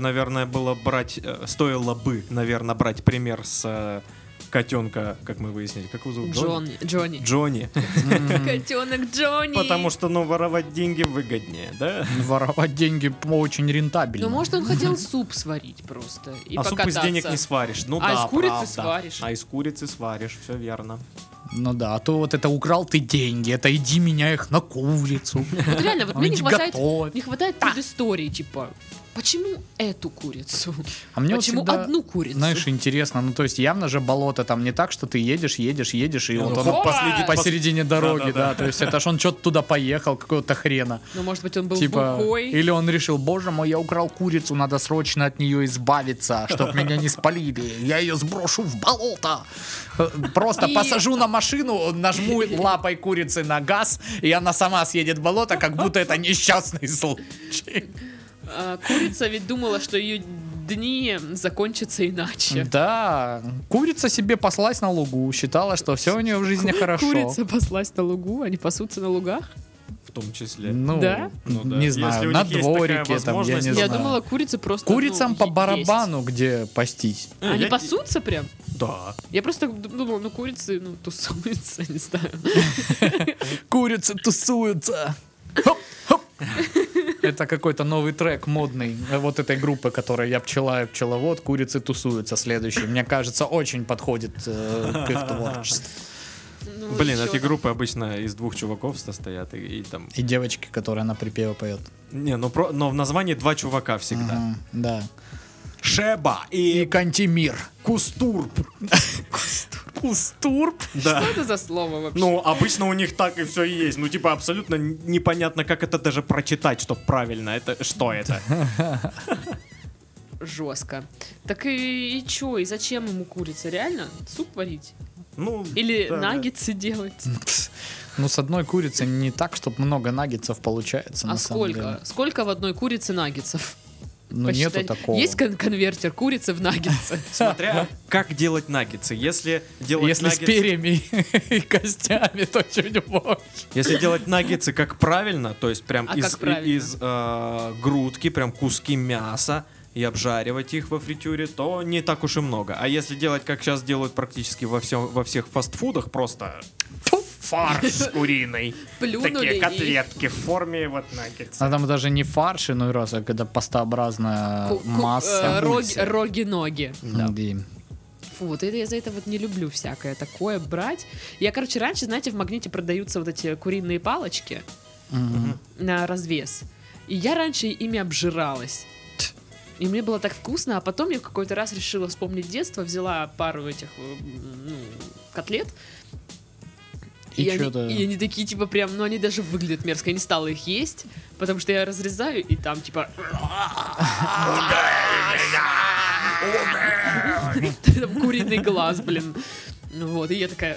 бы, наверное, брать пример с котенка, как мы выяснили, как его зовут? Джонни. Джонни. Котенок Джонни. Потому что, воровать деньги выгоднее, да? Воровать деньги очень рентабельно. Ну, может, он хотел суп сварить просто и А суп покататься. из денег не сваришь. Ну да, из курицы правда. сваришь. А из курицы сваришь, все верно. Ну да, а то вот это украл ты деньги, это иди меняй их на курицу. Вот реально, вот мне Иди не готовь. хватает предыстории, типа, почему эту курицу? А мне вот Почему всегда, одну курицу? знаешь, интересно, ну то есть явно же болото там не так, что ты едешь, и вот он хоба! посередине дороги, Да-да-да. да, то есть это ж он что-то туда поехал, какого-то хрена. Ну, может быть, он был Типа, бухой. или он решил, боже мой, я украл курицу, надо срочно от нее избавиться, чтоб меня не спалили, я ее сброшу в болото. Просто И- посажу на машину, нажму лапой курицы на газ, и она сама съедет в болото, как будто это несчастный случай. Курица ведь думала, что ее дни закончатся иначе. Да, курица себе паслась на лугу, считала, что все у нее в жизни хорошо. Курица паслась на лугу, они пасутся на лугах. В том числе. Ну, Да? Ну да. не Если знаю, у на них есть такая дворике, там, я возможность, не Я знаю. думала, курицы просто... Курицам ну, по есть. барабану, где пастись. Они Я- пасутся прям? Да. Я просто думала, ну курицы, ну, тусуются, не знаю. Курицы тусуются. Хоп, хоп. Это какой-то новый трек модный вот этой группы, которая «Я пчела, я пчеловод», «Курицы тусуются» следующий. Мне кажется, очень подходит к их творчеству. Ну, Блин, ещё эти там- группы обычно из двух чуваков состоят, и там... И девочки, которая на припеве поет. Не, но в названии два чувака всегда. Ага, да. Шеба И и Кантемир. Кустурп. Кустурп? Да. Что это за слово вообще? Ну, обычно у них так и все и есть. Ну, типа, абсолютно непонятно, как это даже прочитать, чтобы правильно. Это что это? Жестко. Так и чё, и зачем ему курица? Реально? Суп варить? Ну, Или да. наггетсы делать? Ну, с одной курицы не так, чтобы много наггетсов получается. А на самом деле. сколько? Сколько в одной курице наггетсов? Ну, нету Посчитать. такого. Есть конвертер курицы в наггетсы? Смотря как делать наггетсы. Если делать Если с наггетсы- перьями и костями, то чуть больше. Если делать наггетсы как правильно, то есть прям А из, как правильно? из грудки, прям куски мяса, и обжаривать их во фритюре, то не так уж и много. А если делать, как сейчас делают практически во всех фастфудах, просто фарш куриный. Плюнули Такие и- котлетки в форме вот наггетса. А там даже не фарш, иной раз, а когда пастообразная масса. Роги-ноги. Да. Фу, вот это я за это вот не люблю всякое такое брать. Я, короче, раньше, знаете, в магните продаются вот эти куриные палочки на развес. И я раньше ими обжиралась. И мне было так вкусно, а потом я в какой-то раз решила вспомнить детство, взяла пару этих котлет. И они, чё-то- и они такие, типа, прям, ну они даже выглядят мерзко. Я не стала их есть, потому что я разрезаю, и там, типа... Там куриный глаз, блин. Ну вот, и я такая...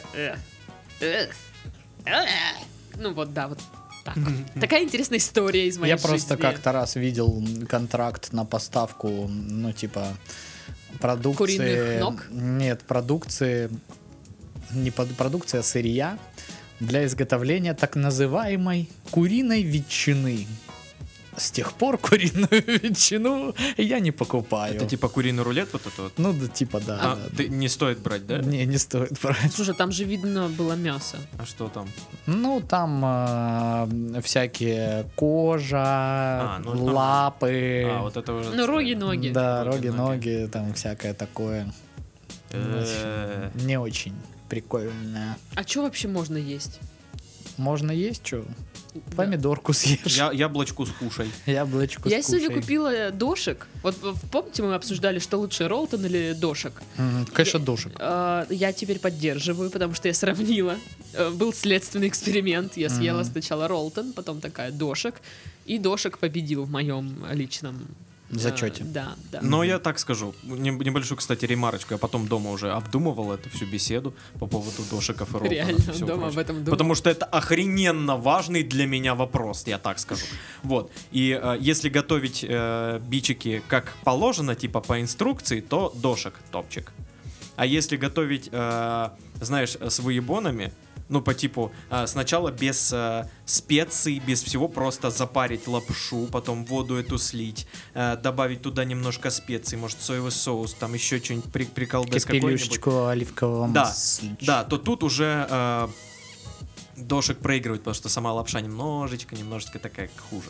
Ну вот, да, вот так. Такая интересная история из моей Я жизни. просто как-то раз видел контракт на поставку, ну, типа, продукции... Куриных ног? Нет, продукции... Не продукция, а сырья для изготовления так называемой куриной ветчины. С тех пор куриную ветчину я не покупаю. Это типа куриный рулет вот это вот? Ну, да, типа, да. А, да. не стоит брать, да? Не стоит брать. Слушай, там же видно было мясо. А что там? Ну, там всякие кожа, ну, там- лапы. А, вот это уже... Ну, роги-ноги. Да, Роги-ноги. роги-ноги, там всякое такое. Э, Не очень прикольно. А что вообще можно есть? Можно есть что? Помидорку съешь, Яблочку скушай. яблочко Я сегодня скушай. купила дошек. Вот помните, мы обсуждали, что лучше, Ролтон или дошек? Конечно, душек. Я теперь поддерживаю, потому что я сравнила. Был следственный эксперимент. Я съела сначала Ролтон, потом такая дошек. И дошек победил в моем личном В зачете. Да. Но я так скажу, небольшую, кстати, ремарочку. Я потом дома уже обдумывал эту всю беседу по поводу дошек и роутеров. Реально, и всего дома прочего. об этом думал. Потому что это охрененно важный для меня вопрос, я так скажу. Вот. И если готовить бичики как положено, типа по инструкции, то дошек топчик. А если готовить, знаешь, с выебонами, ну, по типу, сначала без специй, без всего, просто запарить лапшу, потом воду эту слить, добавить туда немножко специй, может, соевый соус, там еще что-нибудь приколдес какой-нибудь. Капелюшечку оливкового масла. Да, то тут уже дошек проигрывает, потому что сама лапша немножечко такая хуже.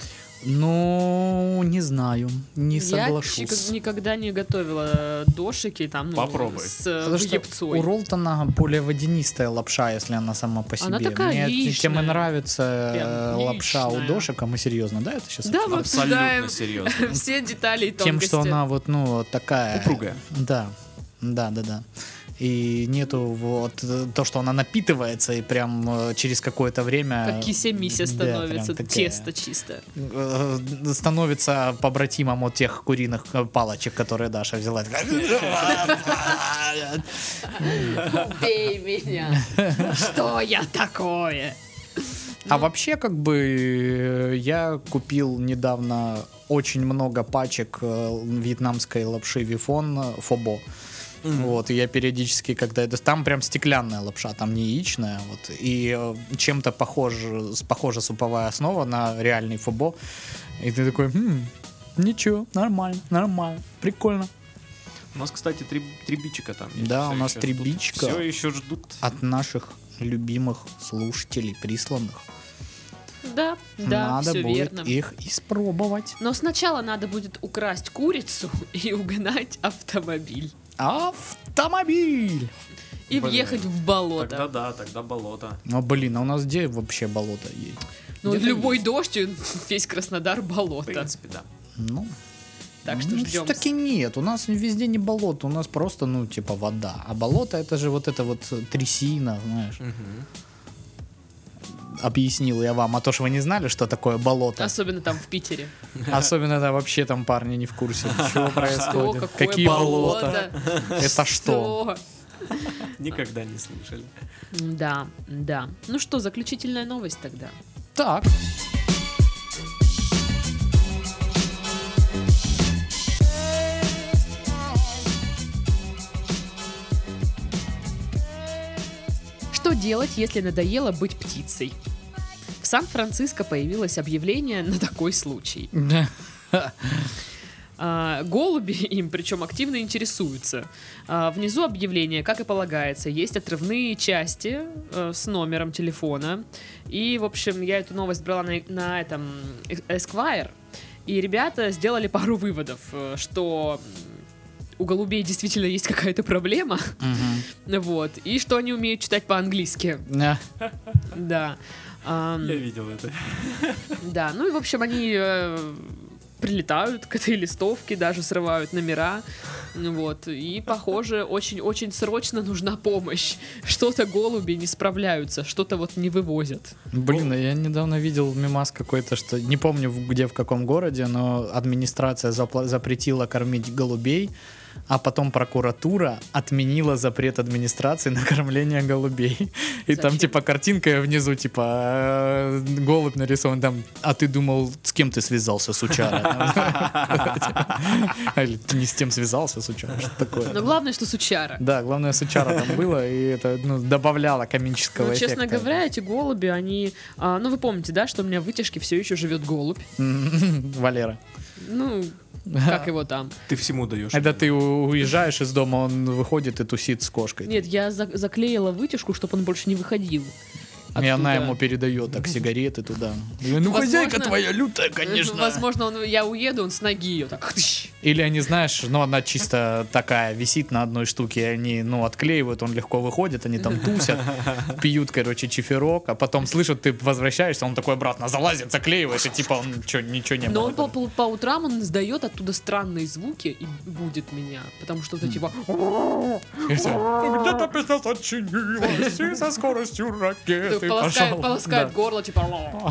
Ну, не знаю, не соглашусь. Я никогда не готовила дошики там, Попробуй. с Потому что ебцой. у Ролтона более водянистая лапша, если она сама по себе. Она такая Мне яичная. тем и нравится Прям лапша у яичная. дошек, а мы серьезно, да, это сейчас? Да, мы обсуждаем Абсолютно серьезно. все детали и тонкости. Тем, что она вот, ну, такая... Упругая. Да. И нету вот то, что она напитывается и прям через какое-то время... Как кися-мися Да, становится, прям такая, тесто чисто. становится побратимом от тех куриных палочек, которые Даша взяла. Убей меня. Что я такое? А вообще, как бы, я купил недавно очень много пачек вьетнамской лапши Вифон Фобо. Вот, и я периодически, когда это... Там прям стеклянная лапша, там не яичная, вот. И чем-то похожа суповая основа на реальный Фобо. И ты такой, ничего, нормально, прикольно. У нас, кстати, три бичика там есть. Да, Всё у нас еще 3 ждут. бичика. Все еще ждут. От наших любимых слушателей, присланных. Да, Надо все будет верно. их испробовать. Но сначала надо будет украсть курицу и угнать автомобиль. Автомобиль! И Блин. въехать в болото. Тогда болото. Ну, блин, а у нас где вообще болото есть? Ну, Где-то любой есть. дождь, и весь Краснодар В болото. принципе, да. Ну, Так что ждем. все-таки нет, у нас везде не болото, у нас просто, ну, типа вода. А болото это же вот это вот трясина, знаешь. Объяснил я вам, а то, что вы не знали, что такое болото. Особенно там в Питере. Особенно, да, вообще там парни не в курсе, что происходит. какое Какие болота? болото? Это что? Никогда не слышали. Да. Ну что, заключительная новость тогда. Так. Что делать, если надоело быть птицей? В Сан-Франциско появилось объявление на такой случай. Голуби им, причем активно интересуются. Внизу объявление, как и полагается, есть отрывные части с номером телефона. И, в общем, я эту новость брала на этом Esquire. И ребята сделали пару выводов, что у голубей действительно есть какая-то проблема, вот, и что они умеют читать по-английски. Да. Я видел это. Да, ну и, в общем, они прилетают к этой листовке, даже срывают номера, вот, и, похоже, очень-очень срочно нужна помощь. Что-то голуби не справляются, что-то вот не вывозят. Блин, я недавно видел мемас какой-то, что не помню где, в каком городе, но администрация запретила кормить голубей, а потом прокуратура отменила запрет администрации на кормление голубей. И Зачем? там типа картинка внизу, типа голубь нарисован там, а ты думал, с кем ты связался, сучара? Или ты не с тем связался, сучара, что такое? Но главное, что сучара. Да, главное, сучара там было, и это добавляло комического Ну, эффекта. честно говоря, эти голуби, они... ну, вы помните, да, что у меня в вытяжке все еще живет голубь. Валера. Ну, как его там? Ты всему даешь. Это ты уезжаешь из дома, он выходит и тусит с кошкой. Нет, я заклеила вытяжку, чтобы он больше не выходил. И она оттуда. ему передает так сигареты туда. Ну, Возможно- хозяйка твоя лютая, конечно. Возможно, я уеду, он с ноги ее так... Или они, знаешь, ну, она чисто такая висит на одной штуке, они, ну, отклеивают, он легко выходит, они там тусят, пьют, короче, чиферок, а потом слышат, ты возвращаешься, он такой обратно залазит, заклеивает, и типа он ничего не Но было. он по утрам он издает оттуда странные звуки и будет меня, потому что это типа... Где-то песня сочинилась, и со скоростью ракеты пошел. Полоскает горло, типа...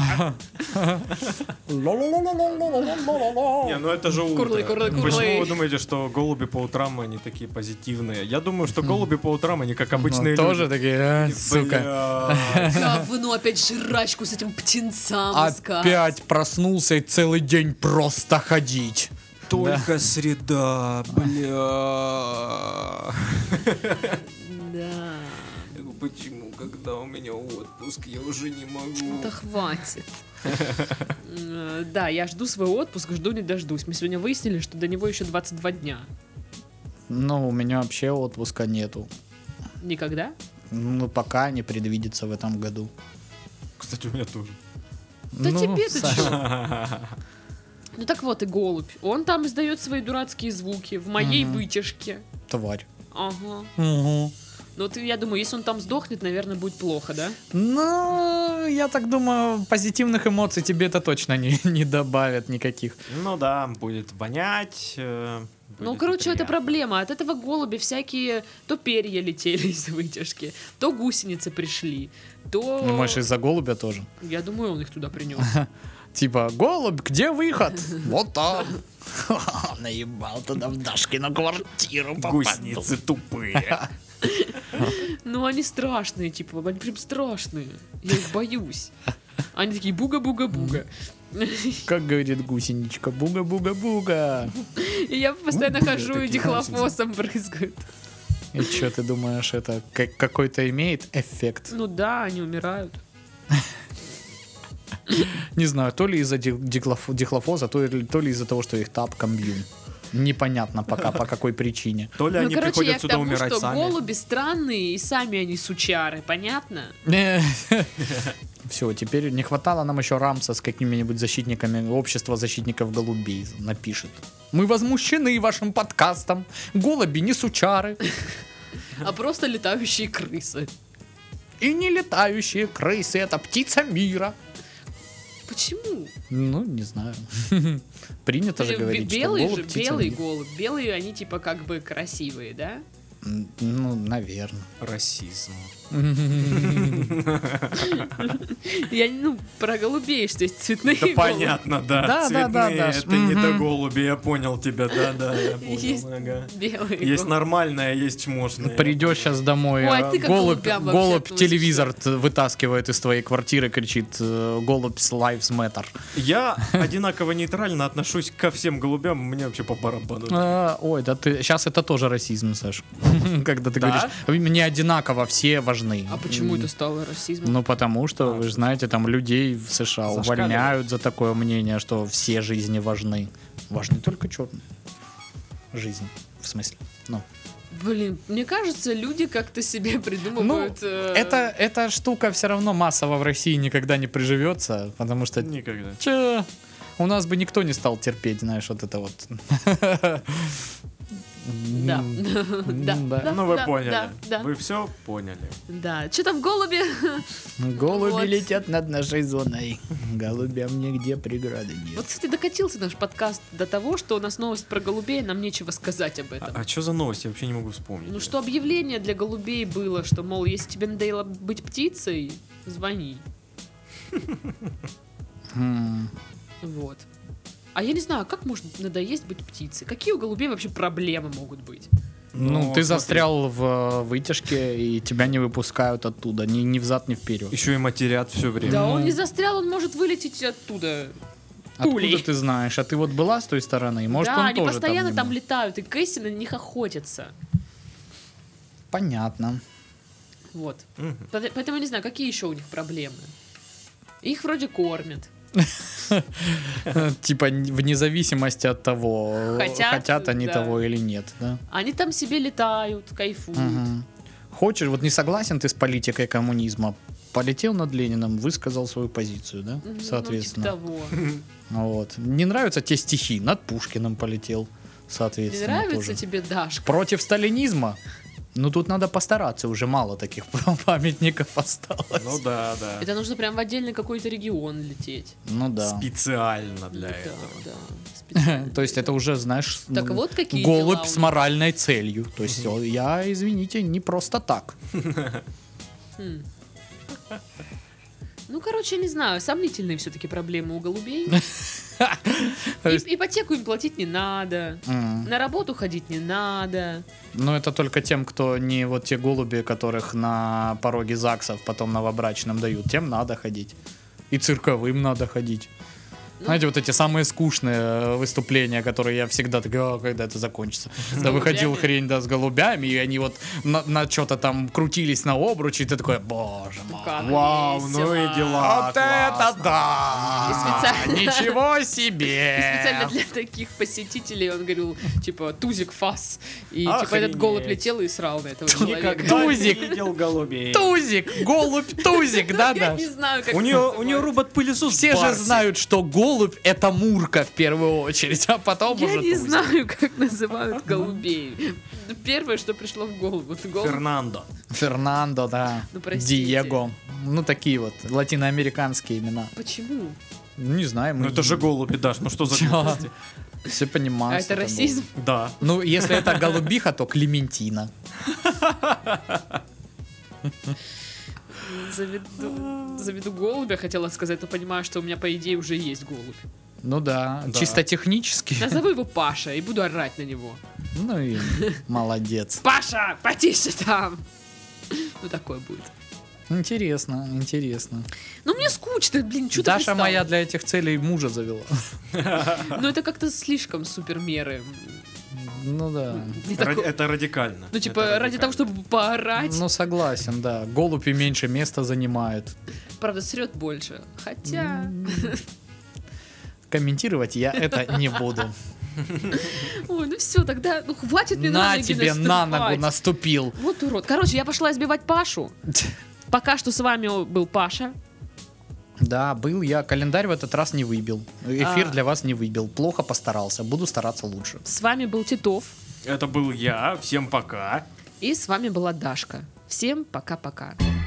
Не, ну это же утро. Курлы. Почему вы думаете, что голуби по утрам они такие позитивные? Я думаю, что голуби по утрам они как обычные люди. Тоже такие, сука. Говно, опять жрачку с этим птенцам искать. Опять проснулся и целый день просто ходить. Только среда, бля. Да. Почему, когда у меня отпуск, я уже не могу? Да хватит. Да, я жду свой отпуск, жду не дождусь. Мы сегодня выяснили, что до него еще 22 дня. Ну, у меня вообще отпуска нету. Никогда? Ну, пока не предвидится в этом году. Кстати, у меня тоже. Да Ну, тебе-то Саша. чё? Ну так вот и голубь. Он там издает свои дурацкие звуки в моей вытяжке. Тварь. Ага. Угу. Ну, вот я думаю, если он там сдохнет, наверное, будет плохо, да? Ну, я так думаю, позитивных эмоций тебе это точно не добавит никаких. Ну да, будет вонять. Ну, короче, это проблема. От этого голуби всякие то перья летели из вытяжки, то гусеницы пришли, то... Ну, может, из-за голубя тоже. Я думаю, он их туда принес. Типа, голубь, где выход? Вот там. Наебал туда в Дашкину квартиру. Гусеницы тупые. Ну, они страшные, типа, они прям страшные. Я их боюсь. Они такие буга-буга-буга. Как говорит гусеничка, буга-буга-буга. И я постоянно хожу и такие дихлофосом брызгают. И что, ты думаешь, это какой-то имеет эффект? Ну да, они умирают. Не знаю, то ли из-за дихлофоза, то ли из-за того, что их тапком бьют. Непонятно пока, по какой причине. То ли Ну, они короче, я приходят к сюда тому, умирать что сами. голуби странные, и сами они сучары, понятно? Все, теперь не хватало нам еще Рамса с какими-нибудь защитниками, общество защитников голубей напишет. Мы возмущены вашим подкастом. Голуби не сучары. А просто летающие крысы. И не летающие крысы, это птица мира. Почему? Ну, не знаю. Принято же говорить, что Белый голубь же, птица белый мира. голубь. Белые, они типа как бы красивые, да? Ну, наверное. Расизм. Я, про голубей, что есть цветные Да голуби. понятно, да. Да, Цветные, да, да. это не до голуби, я понял тебя, да, я Есть понял. Ага. белые Есть голуби. нормальное, есть чмошное. Придешь сейчас домой, Ой, а ты как голубь, голубям вообще голубь относишься? телевизор вытаскивает из твоей квартиры, кричит голубь lives matter. Я одинаково нейтрально отношусь ко всем голубям, мне вообще по барабану. Ой, да ты сейчас это тоже расизм, Саш. Когда ты Да? говоришь, мне одинаково все важны. А почему это стало расизмом? Ну, потому что, вы же знаете, там людей в США Зашкаливает. увольняют за такое мнение, что все жизни важны. Важны только черные. Жизнь, в смысле. Ну, Блин, мне кажется, люди как-то себе придумывают... эта штука все равно массово в России никогда не приживется, потому что... Никогда. Че? У нас бы никто не стал терпеть, знаешь, вот это вот. Да. Да. Да. Ну вы да, поняли. да, да. Вы все поняли. Да. Что там голуби? Голуби Вот. летят над нашей зоной. Голубям нигде преграды Вот, нет. кстати, докатился наш подкаст до того, что у нас новость про голубей, нам нечего сказать об этом. А что за новость? Я вообще не могу вспомнить. Ну что объявление для голубей было, что, мол, если тебе надоело быть птицей, звони. Вот. А я не знаю, как можно надоесть быть птицей? Какие у голубей вообще проблемы могут быть? Ну, ты смотри. застрял в вытяжке, и тебя не выпускают оттуда. Ни взад, ни вперед. Еще и матерят все время. Да, Ну. он не застрял, он может вылететь оттуда. Откуда пулей. ты знаешь? А ты вот была с той стороны? Может, да, он они тоже постоянно там не- летают, и Кэсси на них охотятся. Понятно. Вот. Мгм. Поэтому я не знаю, какие еще у них проблемы. Их вроде кормят. Типа вне зависимости от того, Хотят, они да. того или нет, да? Они там себе летают, кайфуют. Мгм. Хочешь, вот не согласен ты с политикой коммунизма, полетел над Лениным, высказал свою позицию, да? Ну, Соответственно. типа того. Вот. Не нравятся те стихи, над Пушкиным полетел. Не соответственно, нравится тоже. тебе Дашка? Против сталинизма? Ну, тут надо постараться, уже мало таких памятников осталось. Ну да, да. Это нужно прям в отдельный какой-то регион лететь. Ну да. Специально для Да, этого. да, специально. То есть это уже, знаешь, Так вот какие голубь дела у с них. моральной целью. То есть я, извините, не просто так. Хм. Ну, короче, не знаю, сомнительные все-таки проблемы у голубей. То есть- Ипотеку им платить не надо, на работу ходить не надо. Ну, это только тем, кто не вот те голуби, которых на пороге ЗАГСов потом новобрачным дают. Тем надо ходить. И цирковым надо ходить. Знаете, вот эти самые скучные выступления, которые я всегда такой, когда это закончится. Да выходил голубями? хрень, да, с голубями, и они вот на что-то там крутились на обруче, и ты такой, боже мой. Как Вау, ну весело. и дела. Вот это классно. да! И специально- Ничего И себе! специально для таких посетителей он говорил, типа, тузик фас. И типа Охренеть. этот голубь летел и срал на этого человека. Никогда Тузик. не видел голубей. Тузик, голубь, тузик, да, Я да. не знаю, как У это нее называется. робот-пылесос Все же Барси. знают, что голубь — это Мурка в первую очередь, а потом Я уже не тузик. знаю, как называют голубей. Первое, что пришло в голову. Вот голубь. Фернандо. Фернандо, да. Ну, простите. Диего. Ну, такие вот латиноамериканские имена. Почему? Ну, не знаю. Ну это же голуби, Даш, ну что за Чё? глупости? Все понимают. А это что расизм? голубь. Да. Ну, если это голубиха, то Клементина. Заведу голубя, хотела сказать, но понимаю, что у меня, по идее, уже есть голубь. Ну да, Да. чисто технически. Назову его Паша и буду орать на него. Ну и молодец. Паша, потише там! Ну, такое будет. Интересно, интересно. Ну, мне скучно, блин, что ты Даша пристал? моя для этих целей мужа завела. Ну, это как-то слишком супермеры. Ну да. Не такое- Это радикально. Ну, типа, Это ради того, радикально. чтобы поорать. Ну согласен, да. Голубь и меньше места занимает. Правда, срет больше. Хотя... Комментировать я это не буду. Ой, ну все, тогда, ну хватит мне На ноги тебе на ногу наступать. наступил. Вот урод. Короче, я пошла избивать Пашу. Пока что с вами был Паша. Да, был я. Календарь в этот раз не выбил. Эфир А. для вас не выбил. Плохо постарался. Буду стараться лучше. С вами был Титов. Это был я. Всем пока. И с вами была Дашка. Всем пока-пока.